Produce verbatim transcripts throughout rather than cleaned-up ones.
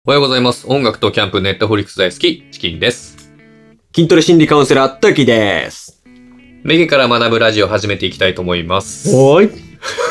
おはようございます。音楽とキャンプ、ネットフリックス大好き、チキンです。 筋トレ心理カウンセラー、トキです。 名言から学ぶラジオを始めていきたいと思います。 おーい。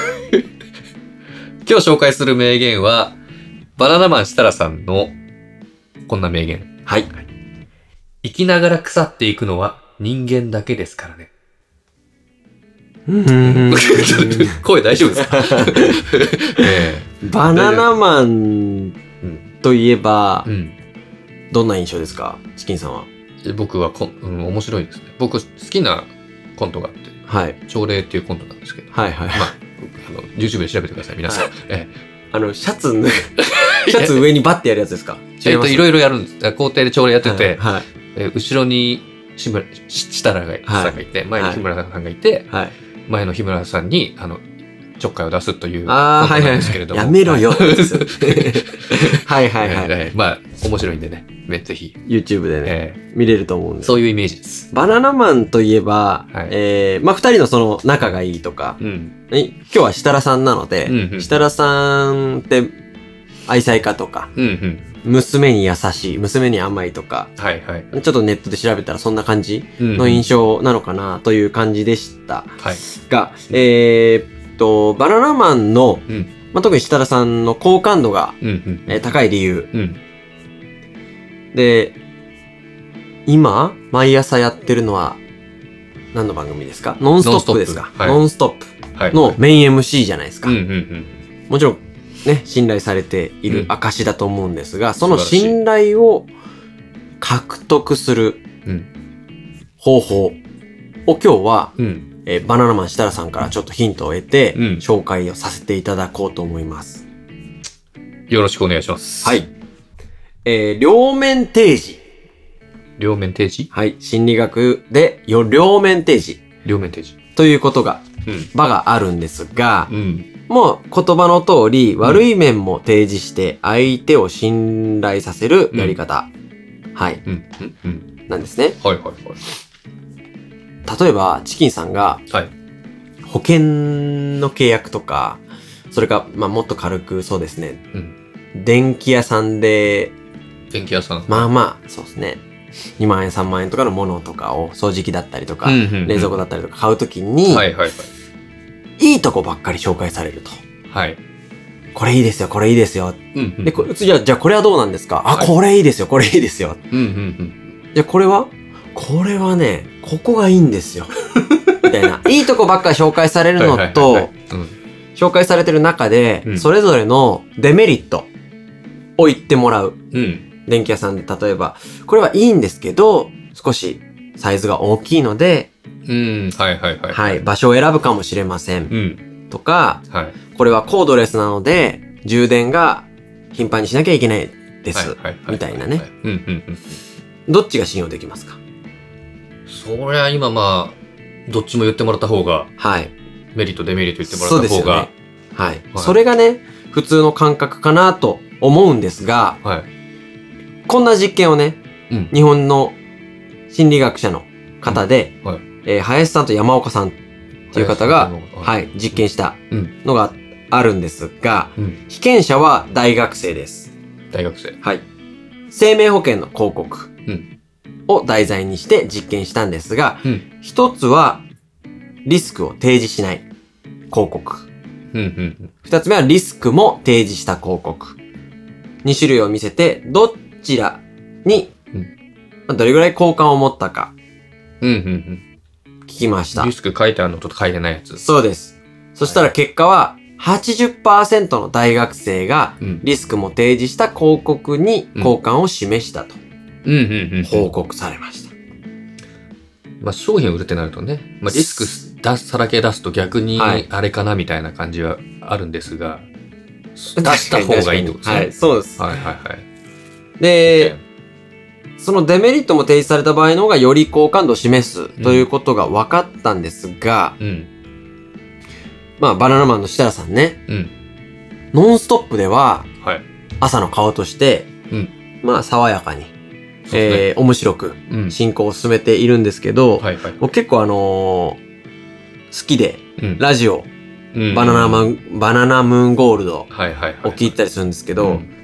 今日紹介する名言は、バナナマン設楽さんのこんな名言。 はい。 生きながら腐っていくのは人間だけですからね。 うーん声大丈夫ですか、えバナナマンといえば、 えうん、 どんな印象ですか、チキンさんは。 僕はこ、うん、面白いですね。僕好きなコントがあって、 はい。 朝礼っていうコントなんですけど、 はいはい。 まあ、あの YouTube で調べてください、皆さん。 はいえあの、シャツ脱ぐ、シャツ上にバッてやるやつですか。 ええっと、いろいろやるんです。校庭で朝礼やってて、 はい。はい。 えー後ろに志村、し設楽がさんがいて、前に日村さんがいて、 はい。 前の日村さんに、あの、ちょっかいを出すというコントああ、はいなんはいですけれども。 やめろよ。 はいはいはいはい。 えーまあ、面白いんでね、ねぜひ、 YouTube でね、 え見れると思うんでー。そういうイメージです。 バナナマンといえば、 はいえー、まあ、二人のその仲がいいとか、 うん。 え今日は設楽さんなので、 うんうん設楽さんって愛妻家とか、 うんうん。 娘に優しい、娘に甘いとか、 はいはい。 ちょっとネットで調べたらそんな感じうんうんの印象なのかなという感じでしたはい。 が、えーっと、バナナマンの、 うん。 まあ、特に設楽さんの好感度が、 うんうん。 えー高い理由。 うん。 で、今、毎朝やってるのは、何の番組ですか？ノンストップですか？ ノノンストップはい。 のメイン エムシー じゃないですか。 うんうんうん。 もちろん、ね、信頼されているうん証だと思うんですが、その素晴らしい信頼を獲得するうん。 方法を今日は、 うん。 えーバナナマン設楽さんからちょっとヒントを得て、 うん紹介をさせていただこうと思います。 よろしくお願いします。 はい。。えー両面提示。 両面提示はい。心理学でよ両面提示両面提示。 ということが、 うん。 場があるんですが、 うん。 もう言葉の通り、悪い面も提示して相手を信頼させるやり方。はい。 うん。うん。うん。 なんですね。 はいはいはい。 例えば、チキンさんがはい。 保険の契約とか、それか、まあ、もっと軽くそうですね。 うん。 電気屋さんで、 電気屋さん。 まあまあ、そうですね。にまん円、さんまん円とかのものとかを、掃除機だったりとか、 うんうんうん冷蔵庫だったりとか買うときに、 はいはいはい。 いいとこばっかり紹介されると。 はい。 これいいですよ、これいいですよ。 うんうん。 で、こじゃあ、じゃあこれはどうなんですか？あ、 はいこれいいですよ、これいいですよ。 うんうんうん。 じゃあこれはこれはね、ここがいいんですよ。みたいな。いいとこばっかり紹介されるのはいはいはいとはい、うん。 紹介されてる中で、 うんそれぞれのデメリットを言ってもらう。 うん。 電気屋さんで例えば、これはいいんですけど、少しサイズが大きいので、 うん。はいはいはい。 はい、場所を選ぶかもしれません。 うん。 とか、 はい。 これはコードレスなので、充電が頻繁にしなきゃいけないです。 はいはいはい。 みたいなね。 うんうんうん。 どっちが信用できますか？ そりゃ今まあ、どっちも言ってもらった方が、 はい。 メリットデメリット言ってもらそうった方が、 ですよね。はい。 はいそれがね、普通の感覚かなと思うんですが、 はい。 こんな実験をね、 うん。 日本の心理学者の方で、 はい。 えー林さんと山岡さんっていう方が、 林さんとはい、実験したうん。 のがあるんですが、 うん。 被験者は大学生です。 大学生。 はい。生命保険の広告うん。 を題材にして実験したんですが、 うん。 一つはリスクを提示しない広告。 うんうん二つ目はリスクも提示した広告。二種類を見せて、どちらにうん、 まあどれぐらい好感を持ったかうん。うんうん聞きましたうん。リ。スク書いてあるのと書いてないやつ。 そうです。そしたら結果は、はちじゅっパーセントの大学生がうん。 リスクも提示した広告に好感を示したとうんうんうん。 報告されました。 まあ商品を売るってなるとね、まあリスク出すさらけ出すと逆にはいあれかなみたいな感じはあるんですが、出した方がいいってことですね。 はい、そうです。 はいはいはい。 で、そのデメリットも提示された場合の方がより好感度を示すということが分かったんですが、 うん。 まあバナナマンの設楽さんね、 うん。 ノンストップでははい。 朝の顔として、 うん。 まあ爽やかに、 そうですね。 えー、面白くうん。 進行を進めているんですけど、 はいはい。 僕結構あのー好きで、 うん。 ラジオ、 うんバナナマン、バナナムーンゴールドはいはいはい。 を聞いたりするんですけど、 うん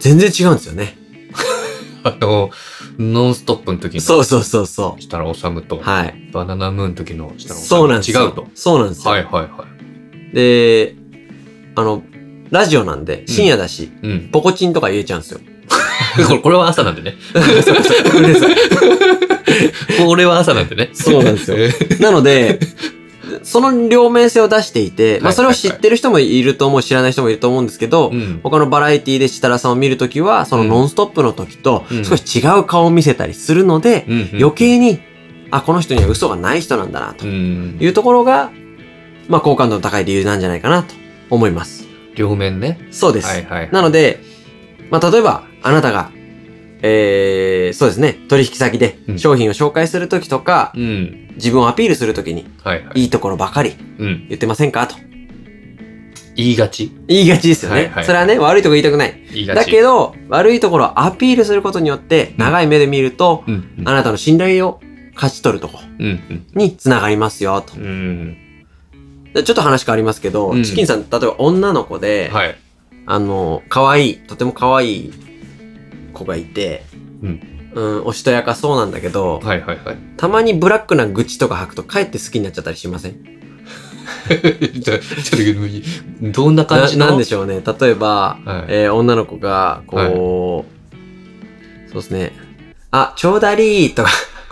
全然違うんですよね。 あの、ノンストップの時のそうそうそうそう。 設楽治と、 はい。 バナナムーンの時の設楽治そうなんですよ。 違うと。 そうなんですよ。 はいはいはい。 で、あの、ラジオなんで、深夜だし、 うん。 ポコチンとか言えちゃうんですよ。 これこれは朝なんでね。 そうそううるさいこれは朝なんでね。 そうなんですよえーなので、その両面性を出していて、まあはいそれを知ってる人もいると思う、知らない人もいると思うんですけど、 うん。 他のバラエティで設楽さんを見るときは、そのノンストップの時とうん少し違う顔を見せたりするので、 うん。 余計に、あ、この人には嘘がない人なんだな、とうん。 いうところが、まあ好感度の高い理由なんじゃないかなと思います。 両面ね。 そうです。 はいはい。 なので、まあ例えば、あなたが、えー、そうですね、取引先でうん商品を紹介するときとか、 うん。 自分をアピールするときに、 はいはい。 いいところばかりうん。 言ってませんかと。 言いがち言いがちですよね。 はいはいそれはね、悪いとこ言いたくない。 言いがち。 だけど、悪いところをアピールすることによって、長い目で見ると、 うん。うん。 あなたの信頼を勝ち取るとこうん。 につながりますよ、と。 うん。 でちょっと話変わりますけど、 うんチキンさん、例えば女の子で、 はい。 あの、可愛い、とても可愛い子がいて、 うん。 うん、おしとやかそうなんだけど、 はいはいはい。 たまにブラックな愚痴とか吐くと、かえって好きになっちゃったりしませんちょっと、どんな感じのななんでしょうね。例えば、 はいえー女の子が、こう、そうですね。あ、ちょうだりーとか、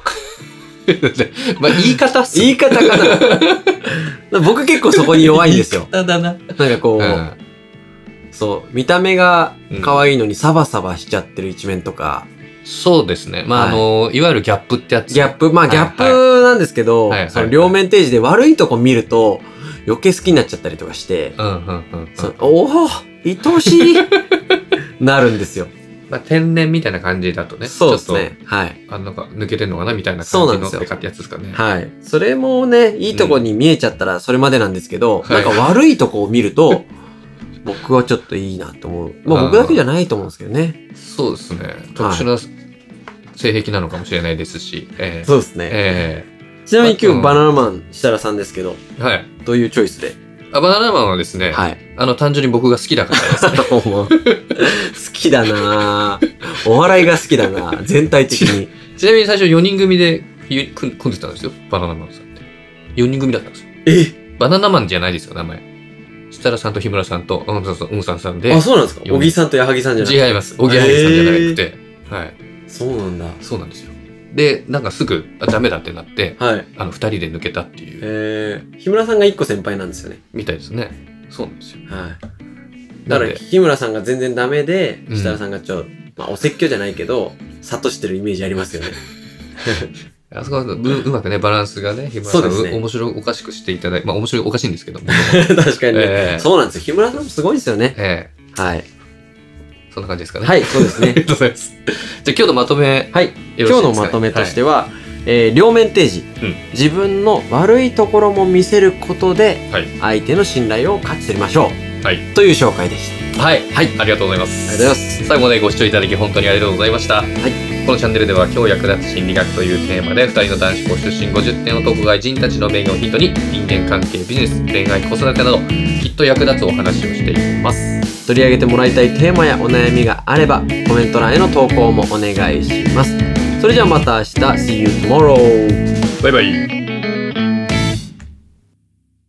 まあ、言い方っす言い方かな。僕結構そこに弱いんですよ。 言い方だな。 なんかこう、 うん。 そう、見た目がうん可愛いのにサバサバしちゃってる一面とか、 そうですね。まあ、 はいあの、いわゆるギャップってやつ。 ギャップ、まあはいギャップなんですけど、 はいはいその両面提示で悪いとこ見ると余計好きになっちゃったりとかして、 うんうんうんうん。 そうおお愛おしいなるんですよ。 まあ、天然みたいな感じだとね。 そうですね。はい。 ちょっと、あなんか抜けてんのかなみたいなそうなんですよ感じのってかってやつですかね。 はい。それもね、いいとこに見えちゃったらそれまでなんですけど、 はいなんか悪いとこを見ると、僕はちょっといいなと思う。まあ僕だけじゃないと思うんですけどね。 そうですね。特殊な性癖なのかもしれないですし。ええそうですね。 えちなみに今うん日バナナマン設楽さんですけど、 えはい。 どういうチョイスであバナナマンはですね、 はい。 あの、単純に僕が好きだからですね。 好きだなぁ。お笑いが好きだなぁ。全体的に。 ちなみに最初よにん組でゆ組ん組んでたんですよ。バナナマンさんって。よにん組だったんですよ。 えバナナマンじゃないですよ、名前。設楽さんと日村さんと、うん、そうそう、うんさんさんで。 あ、そうなんですかよ小木さんと矢作さんじゃない違います。おぎやはぎさんじゃなくて。はい。 そうなんだ。 そうなんですよ。で、なんかすぐ、あダメだってなって、 はい。 あの、二人で抜けたっていう、 えー、日村さんが一個先輩なんですよね。 みたいですね。そうなんですよ。 はい。だから、 なんで日村さんが全然ダメで、 うん設楽さんがちょ、まあ、お説教じゃないけど、諭してるイメージありますよね。 あそこはううまくね、バランスがね、日村さん、 そうですねう面白おかしくしていただいて、まあ面白いおかしいんですけども。 確かにね、 ええそうなんですよ。日村さんもすごいですよね。 ええはい。 そんな感じですかね。。 はいい、そうですねありがとうございます。じゃあ今日のまとめ、 はい。 よろしいですかね今日のまとめとしては、えー両面提示、 うん自分の悪いところも見せることで、 はい。 相手の信頼を勝ち取りましょう。 はい。 という紹介でした。 はい。 はい。 ありがとうございます。 ありがとうございます。 最後までご視聴いただき本当にありがとうございました。このチャンネルでは今日役立つ心理学というテーマでふたりの男子校出身ごじゅってん男外人たちの名言をヒントに人間関係、ビジネス、恋愛、子育てなどきっと役立つお話をしていきます。 取り上げてもらいたいテーマやお悩みがあれば、コメント欄への投稿もお願いします。それじゃあまた明日、See you tomorrow! バイバイ。